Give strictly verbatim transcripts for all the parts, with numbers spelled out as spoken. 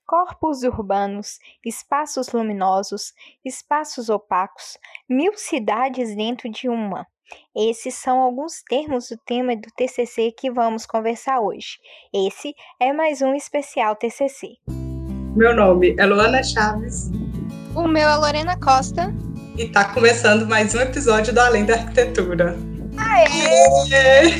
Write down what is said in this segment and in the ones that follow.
corpos urbanos, espaços luminosos, espaços opacos, mil cidades dentro de uma. Esses são alguns termos do tema do T C C que vamos conversar hoje. Esse é mais um especial T C C. Meu nome é Luana Chaves. O meu é Lorena Costa. E está começando mais um episódio do Além da Arquitetura. Aê! Aê!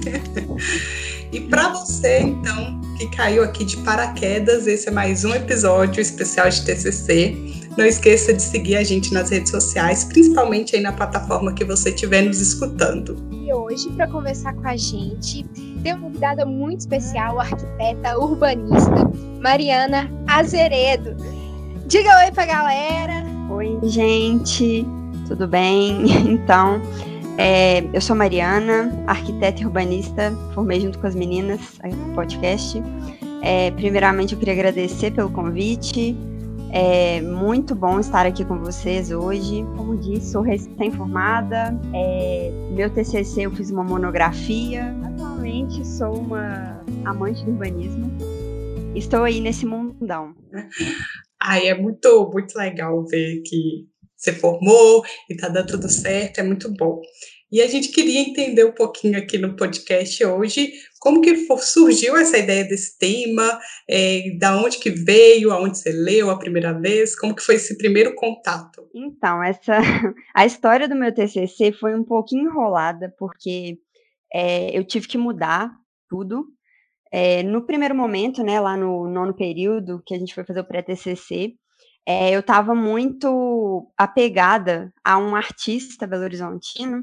E para você, então, que caiu aqui de paraquedas, esse é mais um episódio especial de T C C. Não esqueça de seguir a gente nas redes sociais, principalmente aí na plataforma que você estiver nos escutando. E hoje, para conversar com a gente, tem uma convidada muito especial, a arquiteta urbanista Mariana Azeredo. Diga oi pra galera! Oi, gente, tudo bem? Então, é, eu sou Mariana, arquiteta e urbanista, formei junto com as meninas aqui no podcast. É, primeiramente, eu queria agradecer pelo convite. É muito bom estar aqui com vocês hoje. Como disse, sou recém-formada. É, meu T C C eu fiz uma monografia. Atualmente sou uma amante do urbanismo. Estou aí nesse mundão. Ai, é muito, muito legal ver que você formou e tá dando tudo certo, é muito bom. E a gente queria entender um pouquinho aqui no podcast hoje como que surgiu essa ideia desse tema, é, da onde que veio, aonde você leu a primeira vez, como que foi esse primeiro contato? Então, essa, a história do meu T C C foi um pouquinho enrolada, porque é, eu tive que mudar tudo. É, no primeiro momento, né, lá no nono período, que a gente foi fazer o pré-T C C, é, eu estava muito apegada a um artista belo-horizontino,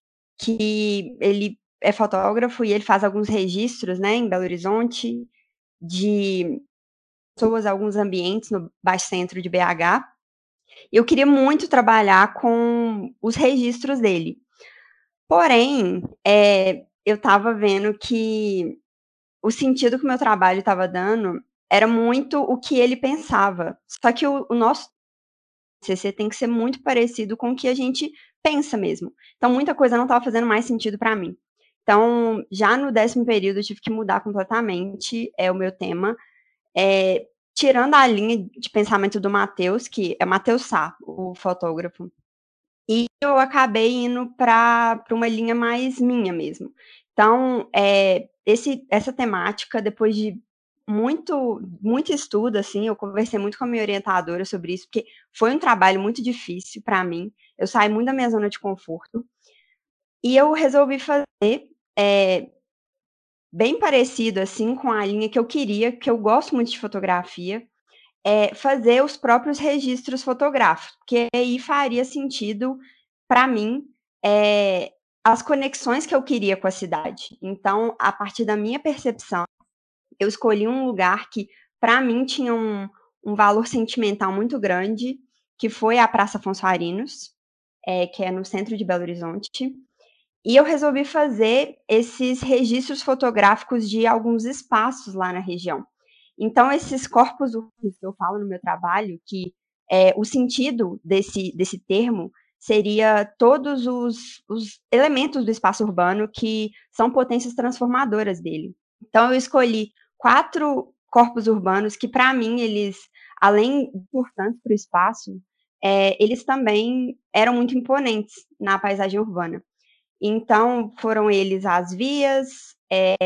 que ele é fotógrafo e ele faz alguns registros, né, em Belo Horizonte, de pessoas, alguns ambientes no Baixo Centro de B H. Eu queria muito trabalhar com os registros dele. Porém, é, eu estava vendo que o sentido que o meu trabalho estava dando era muito o que ele pensava. Só que o, o nosso T C C tem que ser muito parecido com o que a gente pensa mesmo. Então, muita coisa não estava fazendo mais sentido para mim. Então, já no décimo período, eu tive que mudar completamente é, o meu tema, é, tirando a linha de pensamento do Matheus, que é Matheus Sá, o fotógrafo. E eu acabei indo para uma linha mais minha mesmo. Então, é, esse, essa temática, depois de muito, muito estudo, assim, eu conversei muito com a minha orientadora sobre isso, porque foi um trabalho muito difícil para mim. Eu saí muito da minha zona de conforto. E eu resolvi fazer é, bem parecido, assim, com a linha que eu queria, que eu gosto muito de fotografia, é fazer os próprios registros fotográficos, porque aí faria sentido para mim, é, as conexões que eu queria com a cidade. Então, a partir da minha percepção, eu escolhi um lugar que, para mim, tinha um, um valor sentimental muito grande, que foi a Praça Afonso Arinos, é, que é no centro de Belo Horizonte. E eu resolvi fazer esses registros fotográficos de alguns espaços lá na região. Então, esses corpos urbanos que eu falo no meu trabalho, que é, o sentido desse, desse termo seria todos os, os elementos do espaço urbano que são potências transformadoras dele. Então, eu escolhi quatro corpos urbanos que, para mim, eles, além de importantes para o espaço, é, eles também eram muito imponentes na paisagem urbana. Então, foram eles as vias, é,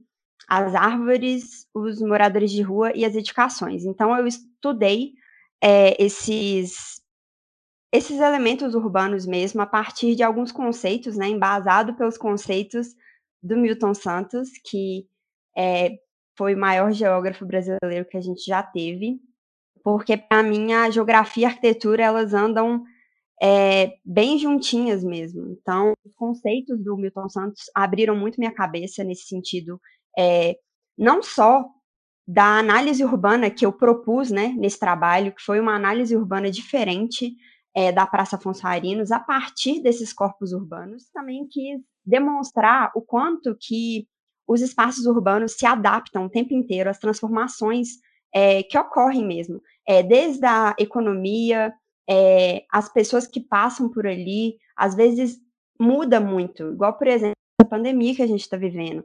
as árvores, os moradores de rua e as edificações. Então, eu estudei é, esses, esses elementos urbanos mesmo a partir de alguns conceitos, né, embasado pelos conceitos do Milton Santos, que é, foi o maior geógrafo brasileiro que a gente já teve, porque, para mim, a geografia e a arquitetura, elas andam é, bem juntinhas mesmo. Então, os conceitos do Milton Santos abriram muito minha cabeça nesse sentido, é, não só da análise urbana que eu propus, né, nesse trabalho, que foi uma análise urbana diferente é, da Praça Afonso Arinos, a partir desses corpos urbanos, também quis demonstrar o quanto que os espaços urbanos se adaptam o tempo inteiro às transformações é, que ocorrem mesmo, é, desde a economia, é, as pessoas que passam por ali, às vezes muda muito, igual, por exemplo, a pandemia que a gente está vivendo.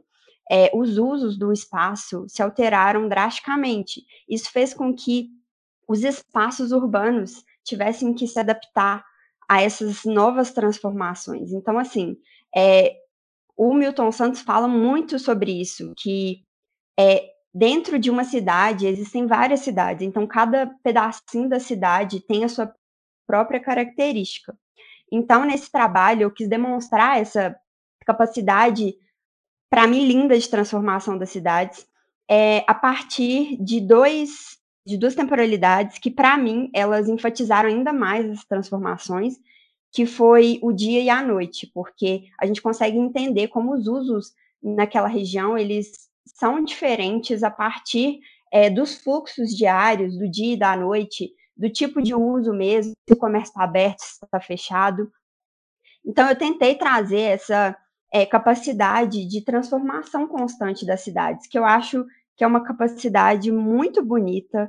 é, os usos do espaço se alteraram drasticamente. Isso fez com que os espaços urbanos tivessem que se adaptar a essas novas transformações. Então, assim, é, o Milton Santos fala muito sobre isso, que é, dentro de uma cidade existem várias cidades, então cada pedacinho da cidade tem a sua própria característica. Então, nesse trabalho, eu quis demonstrar essa capacidade, para mim, linda de transformação das cidades, é, a partir de dois de duas temporalidades que, para mim, elas enfatizaram ainda mais as transformações, que foi o dia e a noite, porque a gente consegue entender como os usos naquela região, eles são diferentes a partir é, dos fluxos diários, do dia e da noite, do tipo de uso mesmo, se o comércio está aberto, se está fechado. Então, eu tentei trazer essa é, capacidade de transformação constante das cidades, que eu acho que é uma capacidade muito bonita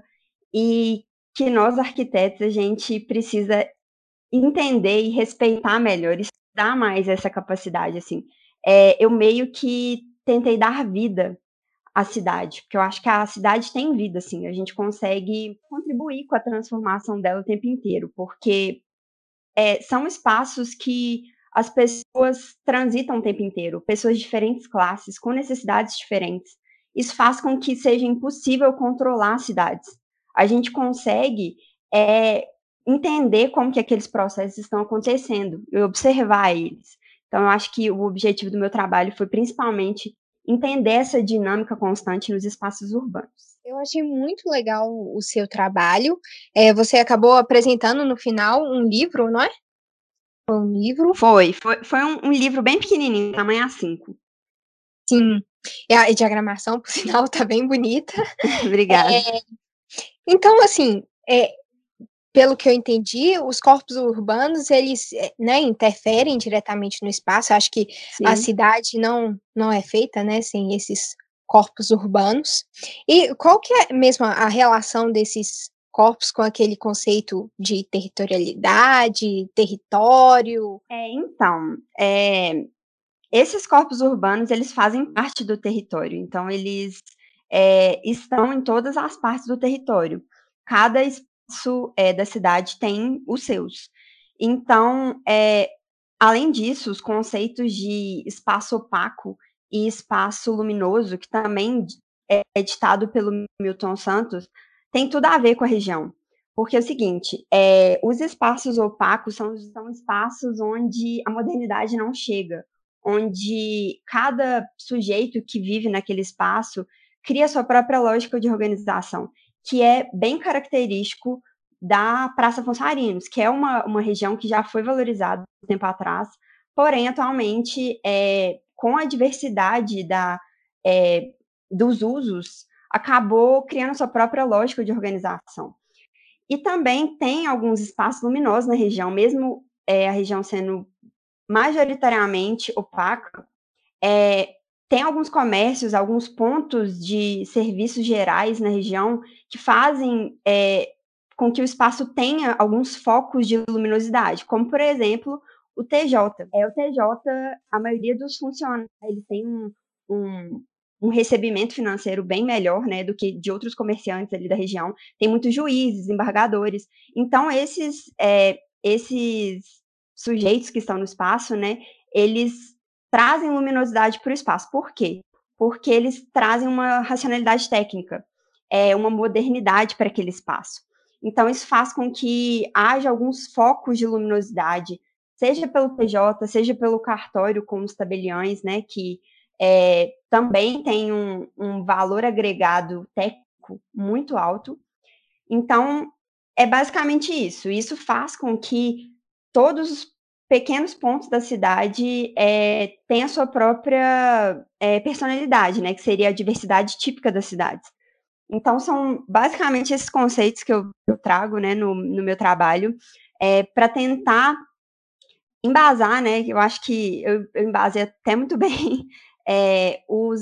e que nós, arquitetos, a gente precisa entender e respeitar melhor, estudar mais essa capacidade, assim. É, eu meio que tentei dar vida à cidade, porque eu acho que a cidade tem vida, assim, a gente consegue contribuir com a transformação dela o tempo inteiro, porque é, são espaços que as pessoas transitam o tempo inteiro, pessoas de diferentes classes, com necessidades diferentes. Isso faz com que seja impossível controlar as cidades. A gente consegue é, entender como que aqueles processos estão acontecendo e observar eles. Então, eu acho que o objetivo do meu trabalho foi principalmente entender essa dinâmica constante nos espaços urbanos. Eu achei muito legal o seu trabalho. É, você acabou apresentando no final um livro, não é? Foi um livro? Foi, foi, foi um, um livro bem pequenininho, tamanho A cinco. Sim. E a diagramação, por sinal, tá bem bonita. Obrigada. É, então, assim, é, pelo que eu entendi, os corpos urbanos, eles né, interferem diretamente no espaço. Eu acho que Sim. a cidade não, não é feita né, sem esses corpos urbanos. E qual que é mesmo a relação desses corpos com aquele conceito de territorialidade, território? É, então, é, esses corpos urbanos, eles fazem parte do território, então eles é, estão em todas as partes do território. Cada espaço é, da cidade tem os seus. Então, é, além disso, os conceitos de espaço opaco e espaço luminoso, que também é ditado pelo Milton Santos, tem tudo a ver com a região. Porque é o seguinte, é, os espaços opacos são, são espaços onde a modernidade não chega, onde cada sujeito que vive naquele espaço cria sua própria lógica de organização, que é bem característico da Praça Afonso Arinos, que é uma, uma região que já foi valorizada um tempo atrás, porém, atualmente, é, com a diversidade da, é, dos usos, acabou criando sua própria lógica de organização. E também tem alguns espaços luminosos na região, mesmo é, a região sendo majoritariamente opaca, é, tem alguns comércios, alguns pontos de serviços gerais na região que fazem é, com que o espaço tenha alguns focos de luminosidade, como, por exemplo, o T J. É, o T J, a maioria dos funcionários, eles têm um, um, um recebimento financeiro bem melhor, né, do que de outros comerciantes ali da região. Tem muitos juízes, embargadores. Então, esses, é, esses sujeitos que estão no espaço, né, eles trazem luminosidade para o espaço. Por quê? Porque eles trazem uma racionalidade técnica, é, uma modernidade para aquele espaço. Então, isso faz com que haja alguns focos de luminosidade, seja pelo P J, seja pelo cartório com os tabeliões, né, que é, também tem um, um valor agregado técnico muito alto. Então, é basicamente isso. Isso faz com que todos os pequenos pontos da cidade é, tenham a sua própria é, personalidade, né, que seria a diversidade típica das cidades. Então, são basicamente esses conceitos que eu, eu trago né, no, no meu trabalho, é, para tentar embasar, né, eu acho que eu, eu embasei até muito bem é, os,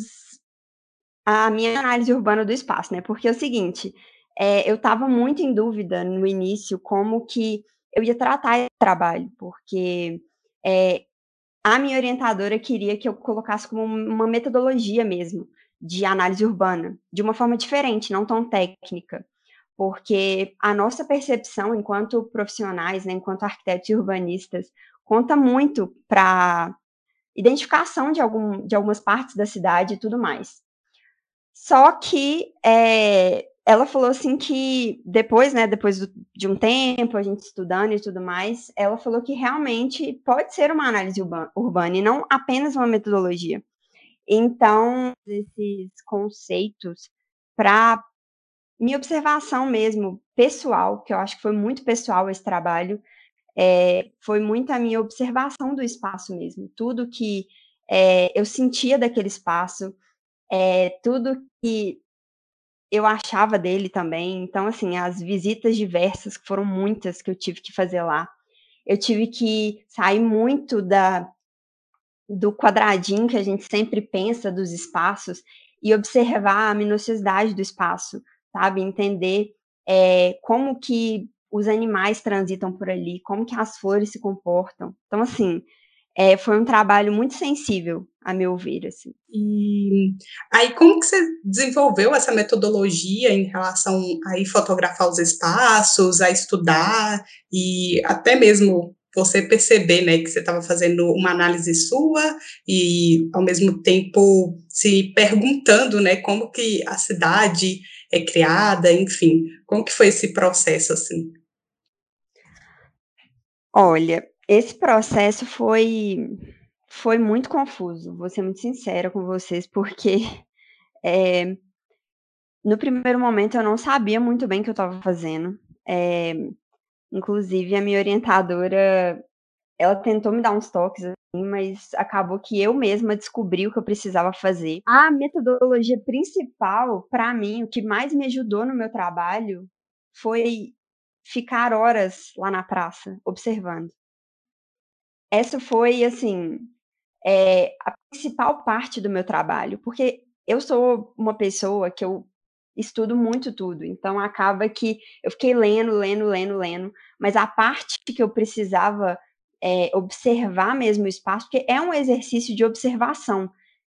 a minha análise urbana do espaço, né, porque é o seguinte, é, eu estava muito em dúvida no início como que eu ia tratar esse trabalho, porque é, a minha orientadora queria que eu colocasse como uma metodologia mesmo de análise urbana, de uma forma diferente, não tão técnica, porque a nossa percepção enquanto profissionais, né, enquanto arquitetos e urbanistas, conta muito para identificação de, algum, de algumas partes da cidade e tudo mais. Só que é, ela falou assim que depois, né, depois do, de um tempo, a gente estudando e tudo mais, ela falou que realmente pode ser uma análise urbana, urbana e não apenas uma metodologia. Então, esses conceitos para minha observação mesmo, pessoal, que eu acho que foi muito pessoal esse trabalho, é, foi muito a minha observação do espaço mesmo, tudo que é, eu sentia daquele espaço, é, tudo que eu achava dele também. Então, assim, as visitas diversas, que foram muitas que eu tive que fazer lá, eu tive que sair muito da, do quadradinho que a gente sempre pensa dos espaços e observar a minuciosidade do espaço, sabe? Entender é, como que os animais transitam por ali, como que as flores se comportam. Então, assim, é, foi um trabalho muito sensível, a meu ver, assim. E aí, como que você desenvolveu essa metodologia em relação a ir fotografar os espaços, a estudar e até mesmo você perceber, né, que você estava fazendo uma análise sua e, ao mesmo tempo, se perguntando, né, como que a cidade é criada, enfim, como que foi esse processo, assim? Olha, esse processo foi foi muito confuso, vou ser muito sincera com vocês, porque, eh, no primeiro momento eu não sabia muito bem o que eu estava fazendo, eh, inclusive a minha orientadora, ela tentou me dar uns toques, assim, mas acabou que eu mesma descobri o que eu precisava fazer. A metodologia principal, para mim, o que mais me ajudou no meu trabalho, foi ficar horas lá na praça, observando. Essa foi, assim, eh, a principal parte do meu trabalho, porque eu sou uma pessoa que eu estudo muito tudo, então acaba que eu fiquei lendo, lendo, lendo, lendo, mas a parte que eu precisava, eh, observar mesmo o espaço, porque é um exercício de observação,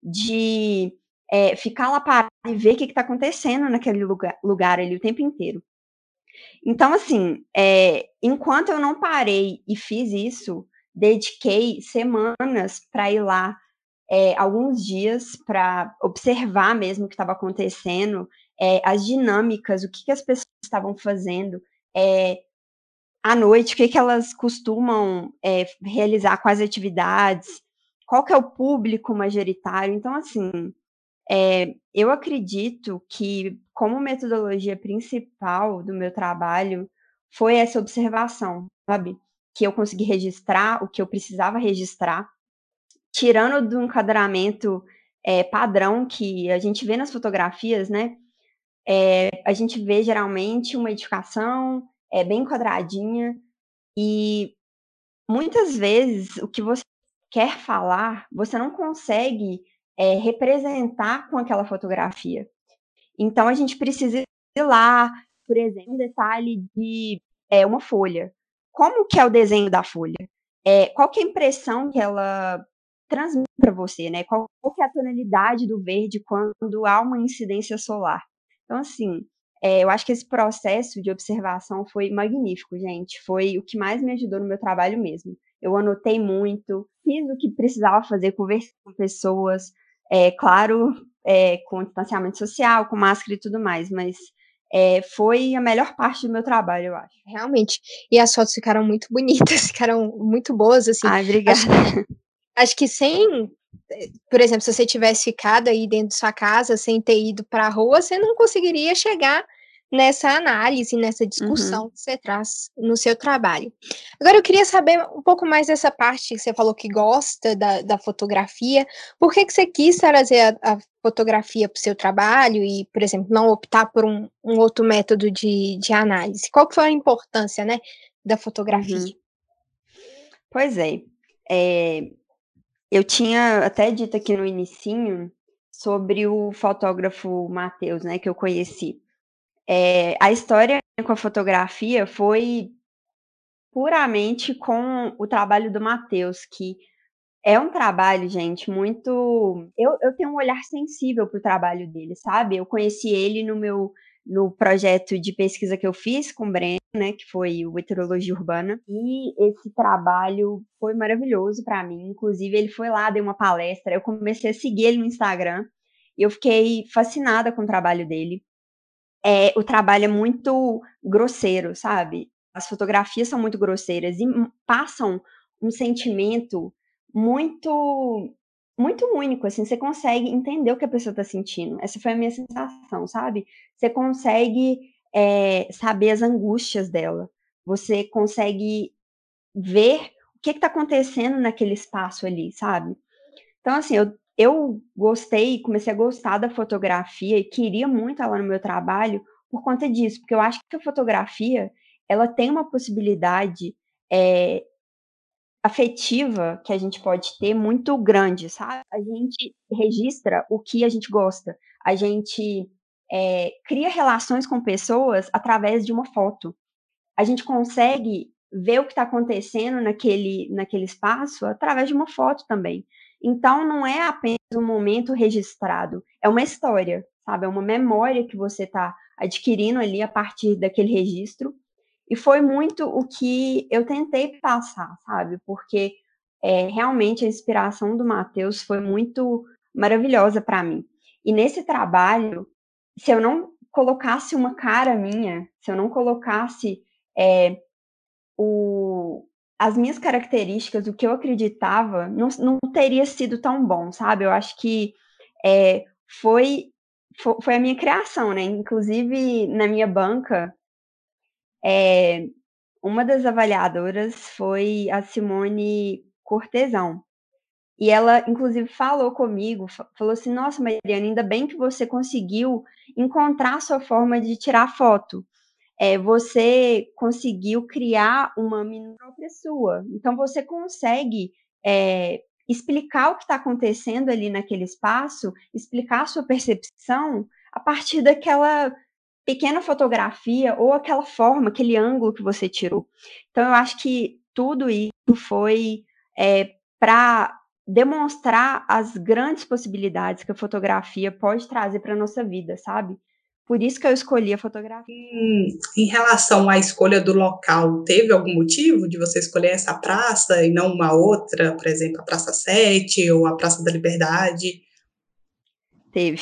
de, eh, ficar lá parado e ver o que está acontecendo naquele lugar lugar ali o tempo inteiro. Então, assim, eh, enquanto eu não parei e fiz isso, dediquei semanas para ir lá, eh, alguns dias para observar mesmo o que estava acontecendo, eh, as dinâmicas, o que que as pessoas estavam fazendo, eh, à noite, o que que elas costumam, eh, realizar, quais atividades, qual que é o público majoritário. Então, assim, eh, eu acredito que, como metodologia principal do meu trabalho, foi essa observação, sabe, que eu consegui registrar o que eu precisava registrar, tirando do enquadramento, eh, padrão que a gente vê nas fotografias, né, eh, a gente vê geralmente uma edificação, é bem quadradinha, e muitas vezes o que você quer falar, você não consegue, eh, representar com aquela fotografia. Então a gente precisa ir lá, por exemplo, um detalhe de, eh, uma folha. Como que é o desenho da folha? Eh, qual que é a impressão que ela transmite para você, né, qual qual que é a tonalidade do verde quando há uma incidência solar. Então assim, eh, eu acho que esse processo de observação foi magnífico, gente, foi o que mais me ajudou no meu trabalho mesmo. Eu anotei muito, fiz o que precisava fazer, conversei com pessoas, é claro, é, com distanciamento social, com máscara e tudo mais, mas é, foi a melhor parte do meu trabalho, eu acho. Realmente. E as fotos ficaram muito bonitas, ficaram muito boas, assim. Ai, obrigada. Acho, acho que sem, por exemplo, se você tivesse ficado aí dentro de sua casa sem ter ido para a rua, você não conseguiria chegar nessa análise, nessa discussão Uhum. que você traz no seu trabalho. Agora eu queria saber um pouco mais dessa parte que você falou que gosta da, da fotografia. Por que que você quis trazer a, a fotografia para o seu trabalho e, por exemplo, não optar por um, um outro método de, de análise? Qual que foi a importância, né, da fotografia? Uhum. Pois é, é, eu tinha até dito aqui no inicinho sobre o fotógrafo Matheus, né, que eu conheci. É, a história com a fotografia foi puramente com o trabalho do Matheus, que É um trabalho, gente, muito. Eu, eu tenho um olhar sensível para o trabalho dele, sabe? Eu conheci ele no meu no projeto de pesquisa que eu fiz com o Breno, né, que foi o Heterologia Urbana, e esse trabalho foi maravilhoso para mim. Inclusive, ele foi lá, deu uma palestra, eu comecei a seguir ele no Instagram e eu fiquei fascinada com o trabalho dele. É, o trabalho é muito grosseiro, sabe? As fotografias são muito grosseiras e passam um sentimento muito muito único, assim, você consegue entender o que a pessoa está sentindo. Essa foi a minha sensação, sabe? Você consegue é, saber as angústias dela. Você consegue ver o que está acontecendo naquele espaço ali, sabe? Então, assim, eu, eu gostei, comecei a gostar da fotografia e queria muito ela no meu trabalho por conta disso, porque eu acho que a fotografia, ela tem uma possibilidade é, afetiva que a gente pode ter muito grande, sabe? A gente registra o que a gente gosta, a gente é, cria relações com pessoas através de uma foto. A gente consegue ver o que está acontecendo naquele, naquele espaço através de uma foto também. Então, não é apenas um momento registrado, é uma história, sabe? É uma memória que você está adquirindo ali a partir daquele registro. E foi muito o que eu tentei passar, sabe? Porque é, realmente a inspiração do Matheus foi muito maravilhosa para mim. E nesse trabalho, se eu não colocasse uma cara minha, se eu não colocasse é, o, as minhas características, o que eu acreditava, não, não teria sido tão bom, sabe? Eu acho que é, foi, foi, foi a minha criação, né? Inclusive, na minha banca, é, uma das avaliadoras foi a Simone Cortesão. E ela, inclusive, falou comigo, falou assim, nossa, Mariana, ainda bem que você conseguiu encontrar a sua forma de tirar foto. É, você conseguiu criar uma mini própria sua. Então, você consegue é, explicar o que está acontecendo ali naquele espaço, explicar a sua percepção a partir daquela pequena fotografia ou aquela forma, aquele ângulo que você tirou. Então, eu acho que tudo isso foi é, para demonstrar as grandes possibilidades que a fotografia pode trazer para a nossa vida, sabe? Por isso que eu escolhi a fotografia. Hum, em relação à escolha do local, teve algum motivo de você escolher essa praça e não uma outra, por exemplo, a Praça Sete ou a Praça da Liberdade? Teve.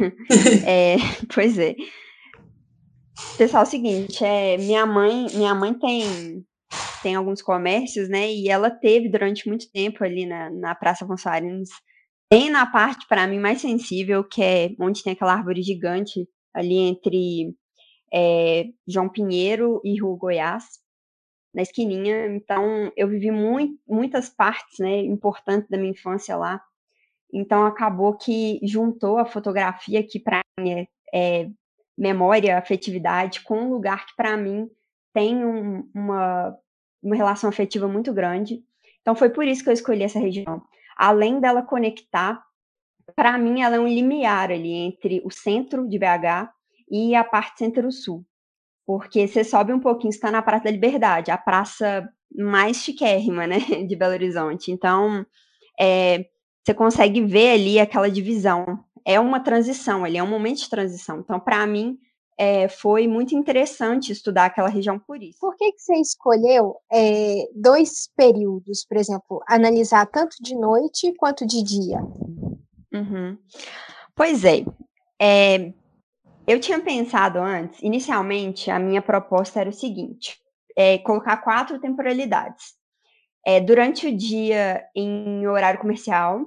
é, pois é. Pessoal, é o seguinte, é, minha mãe, minha mãe tem, tem alguns comércios, né? E ela teve durante muito tempo ali na, na Praça Afonso Arinos, bem na parte, para mim, mais sensível, que é onde tem aquela árvore gigante ali entre é, João Pinheiro e Rua Goiás, na esquininha. Então, eu vivi muito, muitas partes, né, importantes da minha infância lá. Então, acabou que juntou a fotografia, que para mim é, é memória, afetividade, com um lugar que para mim tem um, uma, uma relação afetiva muito grande. Então, foi por isso que eu escolhi essa região. Além dela conectar, para mim, ela é um limiar ali entre o centro de B H e a parte centro-sul. Porque você sobe um pouquinho, está na Praça da Liberdade, a praça mais chiquérrima, né, de Belo Horizonte. Então, é, você consegue ver ali aquela divisão. É uma transição ali, é um momento de transição. Então, para mim, é, foi muito interessante estudar aquela região por isso. Por que, que você escolheu é, dois períodos, por exemplo, analisar tanto de noite quanto de dia? Uhum. Pois é, é, eu tinha pensado antes, inicialmente, a minha proposta era o seguinte, é, colocar quatro temporalidades. É, durante o dia em horário comercial,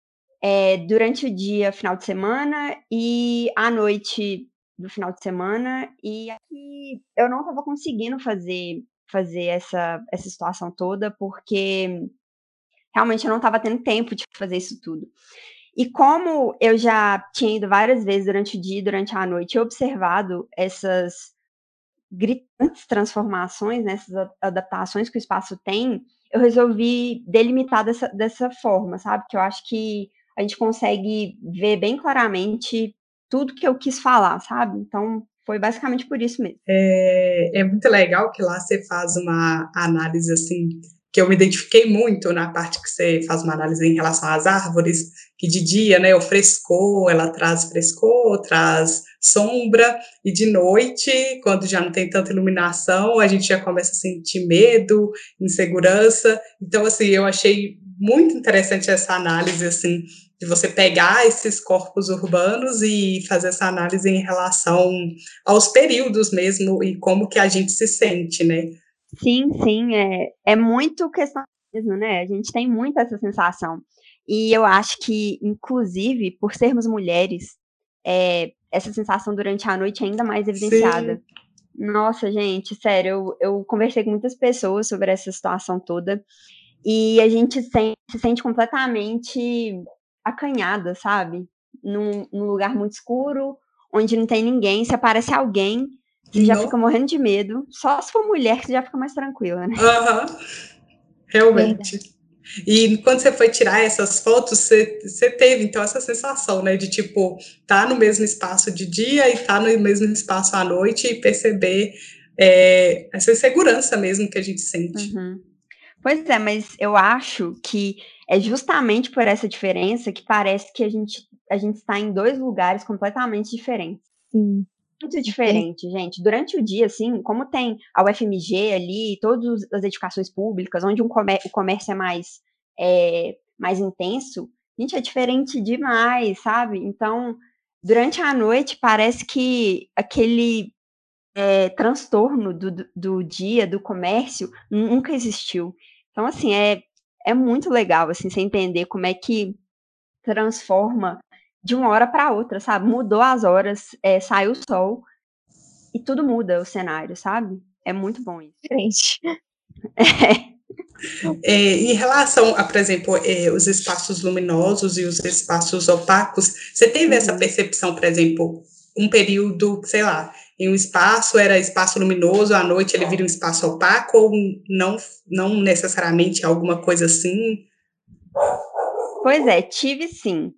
é, durante o dia final de semana e à noite do final de semana. E aqui eu não estava conseguindo fazer, fazer essa, essa situação toda, porque realmente eu não estava tendo tempo de fazer isso tudo. E como eu já tinha ido várias vezes durante o dia e durante a noite e observado essas gritantes transformações, né, essas adaptações que o espaço tem, eu resolvi delimitar dessa, dessa forma, sabe? Que eu acho que a gente consegue ver bem claramente tudo que eu quis falar, sabe? Então, foi basicamente por isso mesmo. É, é muito legal que lá você faz uma análise assim que eu me identifiquei muito na parte que você faz uma análise em relação às árvores, que de dia, né, o frescor, ela traz frescor, traz sombra, e de noite, quando já não tem tanta iluminação, a gente já começa a sentir medo, insegurança. Então, assim, eu achei muito interessante essa análise, assim, de você pegar esses corpos urbanos e fazer essa análise em relação aos períodos mesmo e como que a gente se sente, né? Sim, sim, é, é muito questão mesmo, né? A gente tem muito essa sensação. E eu acho que, inclusive, por sermos mulheres, é, essa sensação durante a noite é ainda mais evidenciada. Sim. Nossa, gente, sério, eu, eu conversei com muitas pessoas sobre essa situação toda e a gente se, se sente completamente acanhada, sabe? Num, num lugar muito escuro, onde não tem ninguém, se aparece alguém, você já Não. fica morrendo de medo. Só se for mulher que você já fica mais tranquila, né? Aham, realmente. Verdade. E quando você foi tirar essas fotos, você, você teve, então, essa sensação, né, de, tipo, tá no mesmo espaço de dia e tá no mesmo espaço à noite e perceber é, essa insegurança mesmo que a gente sente. Uhum. Pois é, mas eu acho que é justamente por essa diferença que parece que a gente, a gente está em dois lugares completamente diferentes. Sim. Muito diferente, gente. Durante o dia, assim, como tem a U F M G ali, todas as edificações públicas, onde um comé- o comércio é mais, é, mais intenso, gente, é diferente demais, sabe? Então, durante a noite, parece que aquele é, transtorno do, do, do dia, do comércio, nunca existiu. Então, assim, é, é muito legal, assim, você entender como é que transforma de uma hora para outra, sabe? Mudou as horas, é, saiu o sol e tudo muda o cenário, sabe? É muito bom isso. Diferente. É, em relação a, por exemplo, é, os espaços luminosos e os espaços opacos, você teve essa Uhum. percepção, por exemplo, um período, sei lá, em um espaço era espaço luminoso, à noite ele vira um espaço opaco, ou não, não necessariamente alguma coisa assim? Pois é, tive sim.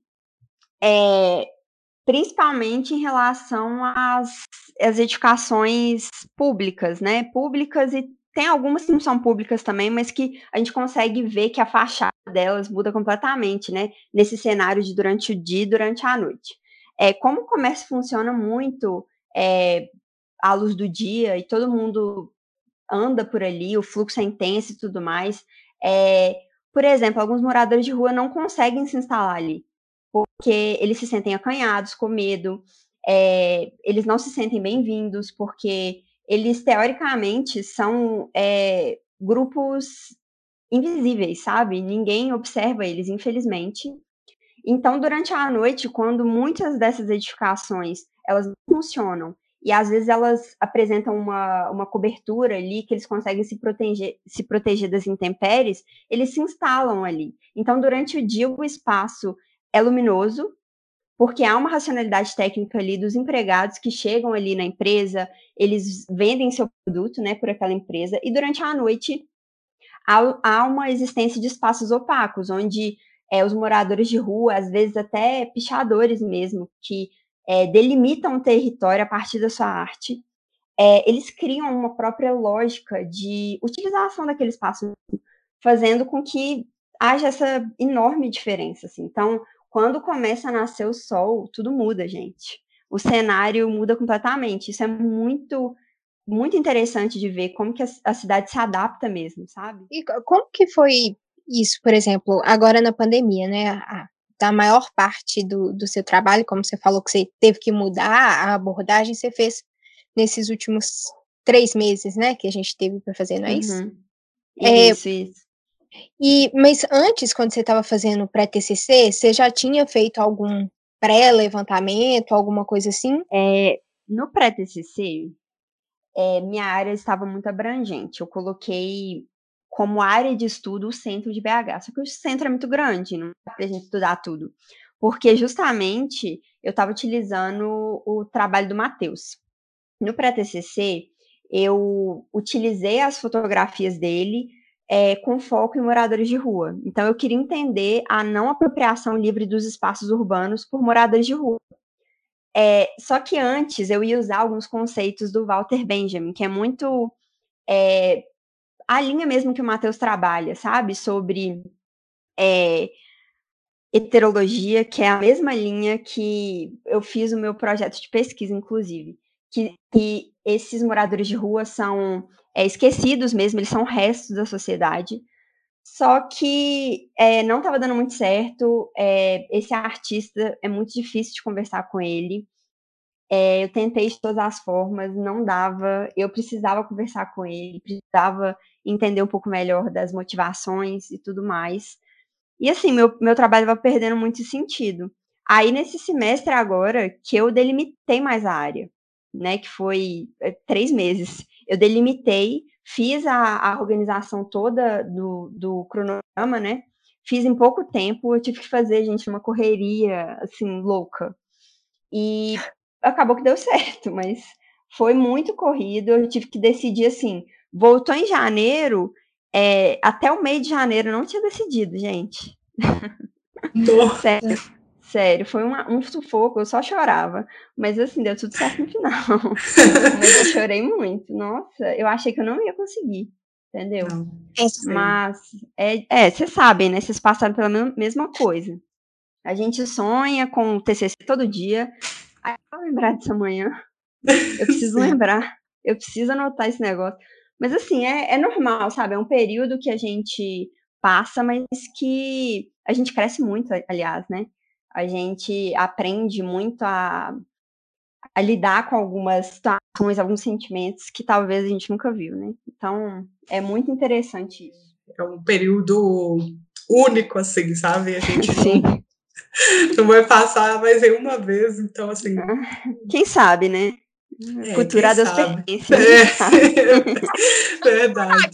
É, principalmente em relação às, às edificações públicas, né? Públicas e tem algumas que não são públicas também, mas que a gente consegue ver que a fachada delas muda completamente, né? Nesse cenário de durante o dia e durante a noite. É, como o comércio funciona muito é, à luz do dia e todo mundo anda por ali, o fluxo é intenso e tudo mais. É, por exemplo, alguns moradores de rua não conseguem se instalar ali, porque eles se sentem acanhados, com medo, é, eles não se sentem bem-vindos, porque eles, teoricamente, são é, grupos invisíveis, sabe? Ninguém observa eles, infelizmente. Então, durante a noite, quando muitas dessas edificações elas não funcionam e às vezes elas apresentam uma, uma cobertura ali que eles conseguem se proteger, se proteger das intempéries, eles se instalam ali. Então, durante o dia, o espaço é luminoso, porque há uma racionalidade técnica ali dos empregados que chegam ali na empresa, eles vendem seu produto, né, por aquela empresa, e durante a noite há, há uma existência de espaços opacos, onde é, os moradores de rua, às vezes até pichadores mesmo, que é, delimitam o território a partir da sua arte, é, eles criam uma própria lógica de utilização daquele espaço, fazendo com que haja essa enorme diferença. Assim. Então, quando começa a nascer o sol, tudo muda, gente. O cenário muda completamente. Isso é muito, muito interessante de ver como que a, a cidade se adapta mesmo, sabe? E co- como que foi isso, por exemplo, agora na pandemia, né? A, da maior parte do, do seu trabalho, como você falou que você teve que mudar a abordagem, você fez nesses últimos três meses, né? Que a gente teve para fazer, não é isso? Uhum. É, Isso, isso. e, mas antes, quando você estava fazendo o pré-T C C, você já tinha feito algum pré-levantamento, alguma coisa assim? É, no pré-T C C, é, minha área estava muito abrangente. Eu coloquei como área de estudo o centro de B H. Só que o centro é muito grande, não dá para a gente estudar tudo. Porque justamente eu estava utilizando o trabalho do Matheus. No pré-T C C, eu utilizei as fotografias dele é, com foco em moradores de rua. Então, eu queria entender a não apropriação livre dos espaços urbanos por moradores de rua. É, só que antes eu ia usar alguns conceitos do Walter Benjamin, que é muito é, a linha mesmo que o Matheus trabalha, sabe? Sobre é, heterologia, que é a mesma linha que eu fiz o meu projeto de pesquisa, inclusive. Que, que esses moradores de rua são é, esquecidos mesmo, eles são restos da sociedade. Só que é, não estava dando muito certo. É, esse artista, é muito difícil de conversar com ele. É, eu tentei de todas as formas, não dava. Eu precisava conversar com ele, precisava entender um pouco melhor das motivações e tudo mais. E assim, meu, meu trabalho estava perdendo muito sentido. Aí, nesse semestre agora, que eu delimitei mais a área, né? Que foi é, três meses. Eu delimitei, fiz a, a organização toda do, do cronograma, né? Fiz em pouco tempo, eu tive que fazer, gente, uma correria, assim, louca. E acabou que deu certo, mas foi muito corrido. Eu tive que decidir assim. Voltou em janeiro, é, até o meio de janeiro eu não tinha decidido, gente. Sério, sério, foi uma, um sufoco, eu só chorava. Mas assim, deu tudo certo no final. Mas eu chorei muito. Nossa, eu achei que eu não ia conseguir, entendeu? Não. Mas, é, é, vocês sabem, né? Vocês passaram pela mesma coisa. A gente sonha com o T C C todo dia. Aí eu vou lembrar dessa manhã. Eu preciso Sim. lembrar. Eu preciso anotar esse negócio. Mas assim, é, é normal, sabe? É um período que a gente passa, mas que a gente cresce muito, aliás, né? A gente aprende muito a, a lidar com algumas situações, alguns sentimentos que talvez a gente nunca viu, né? Então, é muito interessante isso. É um período único, assim, sabe? A gente Sim. não, não vai passar mais em uma vez, então, assim... Quem sabe, né? É, Futuro a quem Deus sabe? pertence. É, verdade.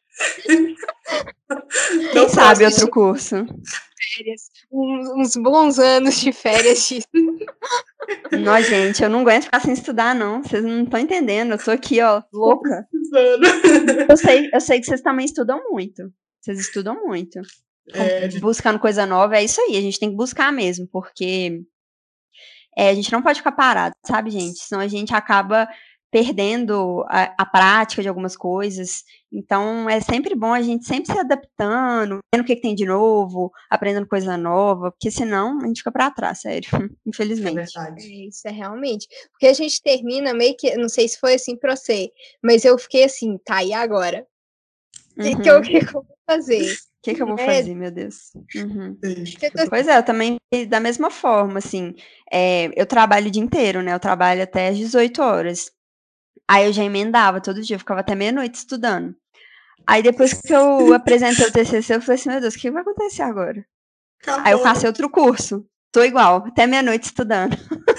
Quem Não sabe próximo. outro curso? Férias. Uns, uns bons anos de férias de Não, gente, eu não aguento ficar sem estudar, não. Vocês não estão entendendo. Eu tô aqui, ó, louca. Eu sei, eu sei que vocês também estudam muito. Vocês estudam muito. É, Buscando coisa nova, é isso aí. A gente tem que buscar mesmo, porque é, a gente não pode ficar parado, sabe, gente? Senão a gente acaba perdendo a, a prática de algumas coisas. Então, é sempre bom a gente sempre se adaptando, vendo o que, que tem de novo, aprendendo coisa nova, porque senão a gente fica para trás, sério. é Infelizmente. verdade. É, isso é realmente. Porque a gente termina meio que. Não sei se foi assim pra você, mas eu fiquei assim, tá, e agora? O que, que, eu, Uhum. que, que eu vou fazer? O que, que eu vou É, fazer, meu Deus? Uhum. Sim. eu tô- Pois é, eu também, da mesma forma, assim, é, eu trabalho o dia inteiro, né? Eu trabalho até às dezoito horas. Aí eu já emendava todo dia, eu ficava até meia-noite estudando. Aí depois que eu apresentei o T C C, eu falei assim, meu Deus, o que vai acontecer agora? Aí eu Acabou. passei outro curso. Tô igual, até meia-noite estudando.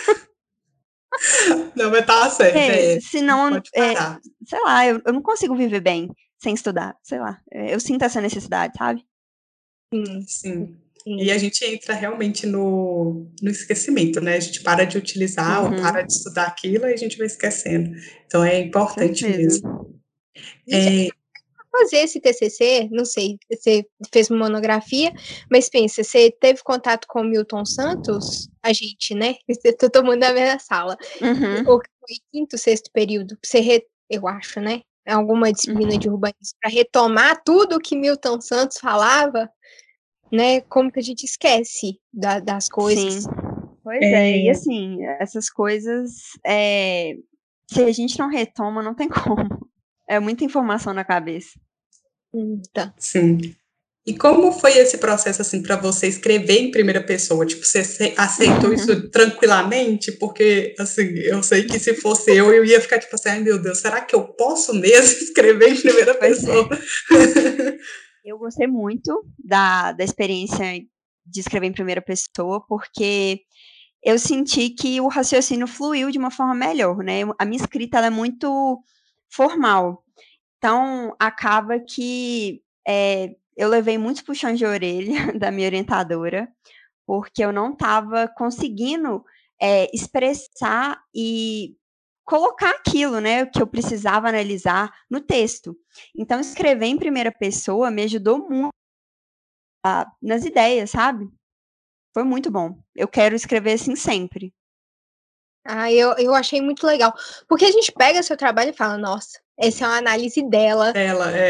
Não, mas tá certo. É, É, senão, pode é, parar. sei lá, eu, eu não consigo viver bem sem estudar, sei lá. É, eu sinto essa necessidade, sabe? Sim, Sim. sim. E a gente entra realmente no, no esquecimento, né? A gente para de utilizar ou Uhum. para de estudar aquilo e a gente vai esquecendo. Então é Com importante certeza. mesmo. Gente, É, fazer esse T C C, não sei, você fez uma monografia, mas pensa, você teve contato com o Milton Santos? A gente, né? Eu tô tomando a mesma sala. Uhum. Ou foi quinto, sexto período? Você re... Eu acho, né? Alguma disciplina Uhum. de urbanismo para retomar tudo que Milton Santos falava, né? Como que a gente esquece da, das coisas? Sim. Pois é, e assim, essas coisas, é, se a gente não retoma, não tem como. É muita informação na cabeça. Hum, tá. sim. E como foi esse processo, assim, para você escrever em primeira pessoa? Tipo, você aceitou isso tranquilamente? Porque, assim, eu sei que se fosse eu, eu ia ficar tipo assim, ai meu Deus, será que eu posso mesmo escrever em primeira Pois pessoa? é. Eu gostei muito da, da experiência de escrever em primeira pessoa, porque eu senti que o raciocínio fluiu de uma forma melhor, né? A minha escrita ela é muito formal. Então, acaba que é, eu levei muitos puxões de orelha da minha orientadora, porque eu não estava conseguindo é, expressar e colocar aquilo, né, que eu precisava analisar no texto. Então, escrever em primeira pessoa me ajudou muito ah, nas ideias, sabe? Foi muito bom. Eu quero escrever assim sempre. Ah, eu, eu achei muito legal. Porque a gente pega seu trabalho e fala, nossa, essa é uma análise dela. Ela é.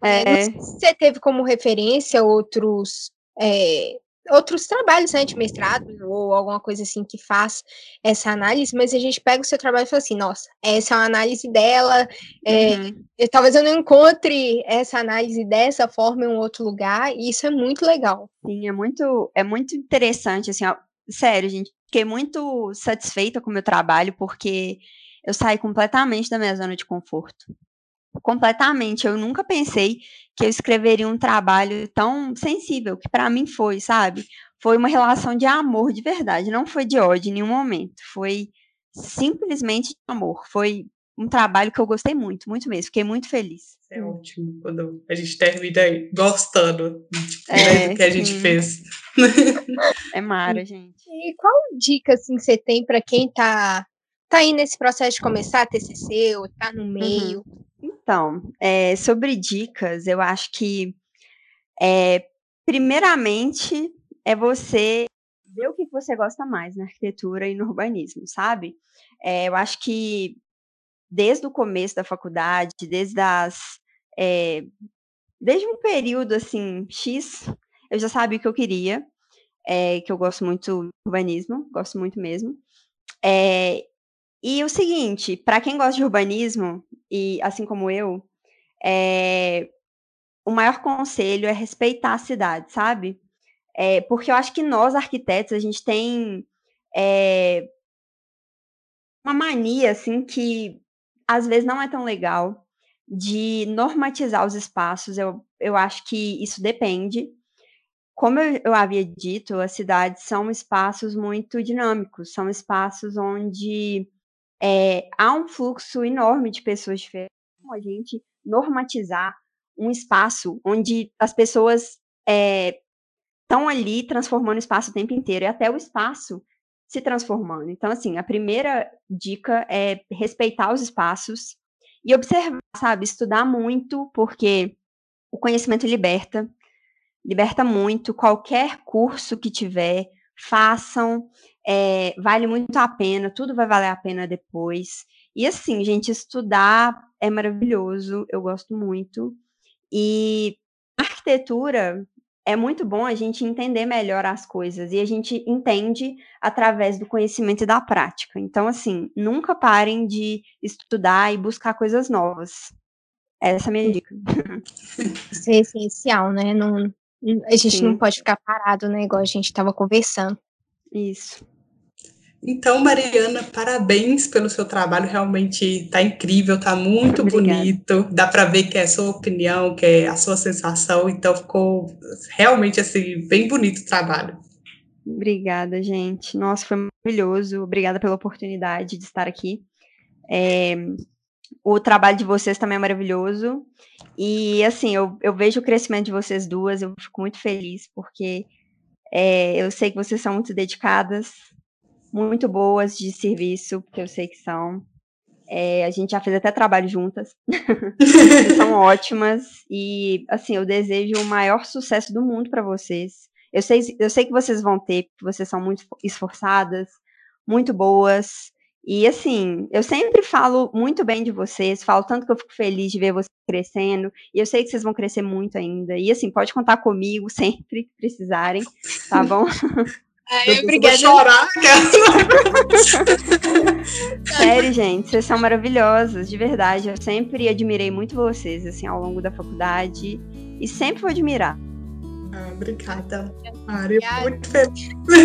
É. Você teve como referência outros, é, outros trabalhos, né, de mestrado ou alguma coisa assim que faz essa análise, mas a gente pega o seu trabalho e fala assim, nossa, essa é uma análise dela, é, Uhum. eu, talvez eu não encontre essa análise dessa forma em um outro lugar, e isso é muito legal. Sim, é muito, é muito interessante, assim, ó, sério, gente, fiquei muito satisfeita com o meu trabalho, porque eu saí completamente da minha zona de conforto. Completamente. Eu nunca pensei que eu escreveria um trabalho tão sensível, que para mim foi, sabe? Foi uma relação de amor de verdade, não foi de ódio em nenhum momento. Foi simplesmente de amor. Foi um trabalho que eu gostei muito, muito mesmo. Fiquei muito feliz. É ótimo quando a gente termina aí gostando tipo, É, do que a sim. gente fez. É mara, gente. E qual dica assim, você tem para quem tá, tá aí nesse processo de começar a T C C ou tá no meio? Uhum. Então, é, sobre dicas, eu acho que, é, primeiramente, é você ver o que você gosta mais na arquitetura e no urbanismo, sabe? É, eu acho que desde o começo da faculdade, desde as, é, desde um período assim X, eu já sabia o que eu queria, é, que eu gosto muito de urbanismo, gosto muito mesmo. É, e o seguinte, para quem gosta de urbanismo e assim como eu, é, o maior conselho é respeitar a cidade, sabe? É, porque eu acho que nós, arquitetos, a gente tem é, uma mania, assim, que às vezes não é tão legal, de normatizar os espaços. Eu, eu acho que isso depende. Como eu, eu havia dito, as cidades são espaços muito dinâmicos, são espaços onde é, há um fluxo enorme de pessoas diferentes. Como a gente normatizar um espaço onde as pessoas estão é, ali transformando o espaço o tempo inteiro, e até o espaço se transformando. Então, assim, a primeira dica é respeitar os espaços e observar, sabe? Estudar muito, porque o conhecimento liberta, liberta muito. Qualquer curso que tiver, façam, é, vale muito a pena, tudo vai valer a pena depois. E assim, gente, estudar é maravilhoso, eu gosto muito. E a arquitetura é muito bom a gente entender melhor as coisas, e a gente entende através do conhecimento e da prática. Então, assim, nunca parem de estudar e buscar coisas novas. Essa é a minha dica. Isso é essencial, né? Não, a gente Sim. não pode ficar parado, né? Igual a gente estava conversando. Isso. Então, Mariana, parabéns pelo seu trabalho, realmente está incrível, está muito Obrigada. bonito, dá para ver que é a sua opinião, que é a sua sensação, então ficou realmente assim, bem bonito o trabalho. Obrigada, gente. Nossa, foi maravilhoso, obrigada pela oportunidade de estar aqui. É, o trabalho de vocês também é maravilhoso, e assim, eu, eu vejo o crescimento de vocês duas, eu fico muito feliz, porque é, eu sei que vocês são muito dedicadas, muito boas de serviço, porque eu sei que são. É, a gente já fez até trabalho juntas. Vocês são ótimas e, assim, eu desejo o maior sucesso do mundo para vocês. Eu sei, eu sei que vocês vão ter, porque vocês são muito esforçadas, muito boas. E, assim, eu sempre falo muito bem de vocês, falo tanto que eu fico feliz de ver vocês crescendo. E eu sei que vocês vão crescer muito ainda. E, assim, pode contar comigo sempre que precisarem, tá bom? Ai, obrigada. Vou chorar, Sério, gente, vocês são maravilhosas, de verdade. Eu sempre admirei muito vocês, assim, ao longo da faculdade. E sempre vou admirar. Ah, obrigada, Mari. Muito feliz.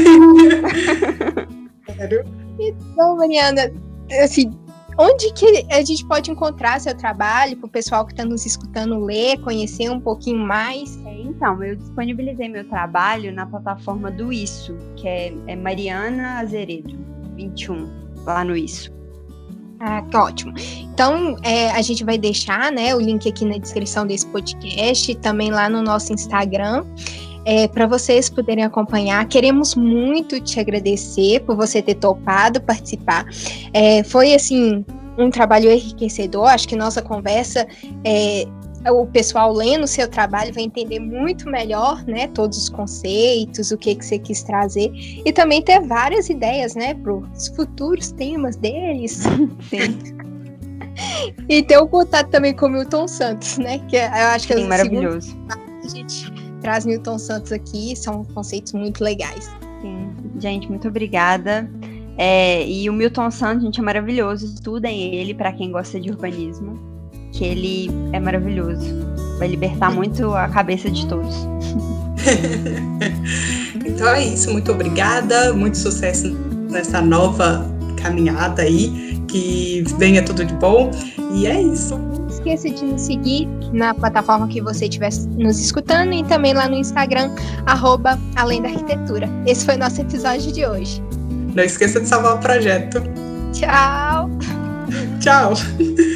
Sério. Então, Mariana, assim, onde que a gente pode encontrar seu trabalho para o pessoal que está nos escutando ler, conhecer um pouquinho mais? É, então, eu disponibilizei meu trabalho na plataforma do Isso, que é, é Mariana Azeredo, vinte e um, lá no Isso. Ah, que ótimo. Então, é, a gente vai deixar, né, o link aqui na descrição desse podcast, também lá no nosso Instagram, é, para vocês poderem acompanhar. Queremos muito te agradecer por você ter topado participar. É, foi, assim, um trabalho enriquecedor. Acho que nossa conversa, é, o pessoal lendo o seu trabalho vai entender muito melhor, né, todos os conceitos, o que, que você quis trazer, e também ter várias ideias, né, para os futuros temas deles. Sim. E ter o contato também com o Milton Santos, né? Que eu acho que Sim, é maravilhoso. A gente traz Milton Santos aqui, são conceitos muito legais. Sim, gente, muito obrigada. É, e o Milton Santos, gente, é maravilhoso. Estudem ele para quem gosta de urbanismo, que ele é maravilhoso. Vai libertar muito a cabeça de todos. Então é isso, muito obrigada, muito sucesso nessa nova caminhada aí, que venha tudo de bom, e é isso. Não esqueça de nos seguir na plataforma que você estiver nos escutando e também lá no Instagram, arroba Além da Arquitetura. Esse foi o nosso episódio de hoje. Não esqueça de salvar o projeto. Tchau! Tchau!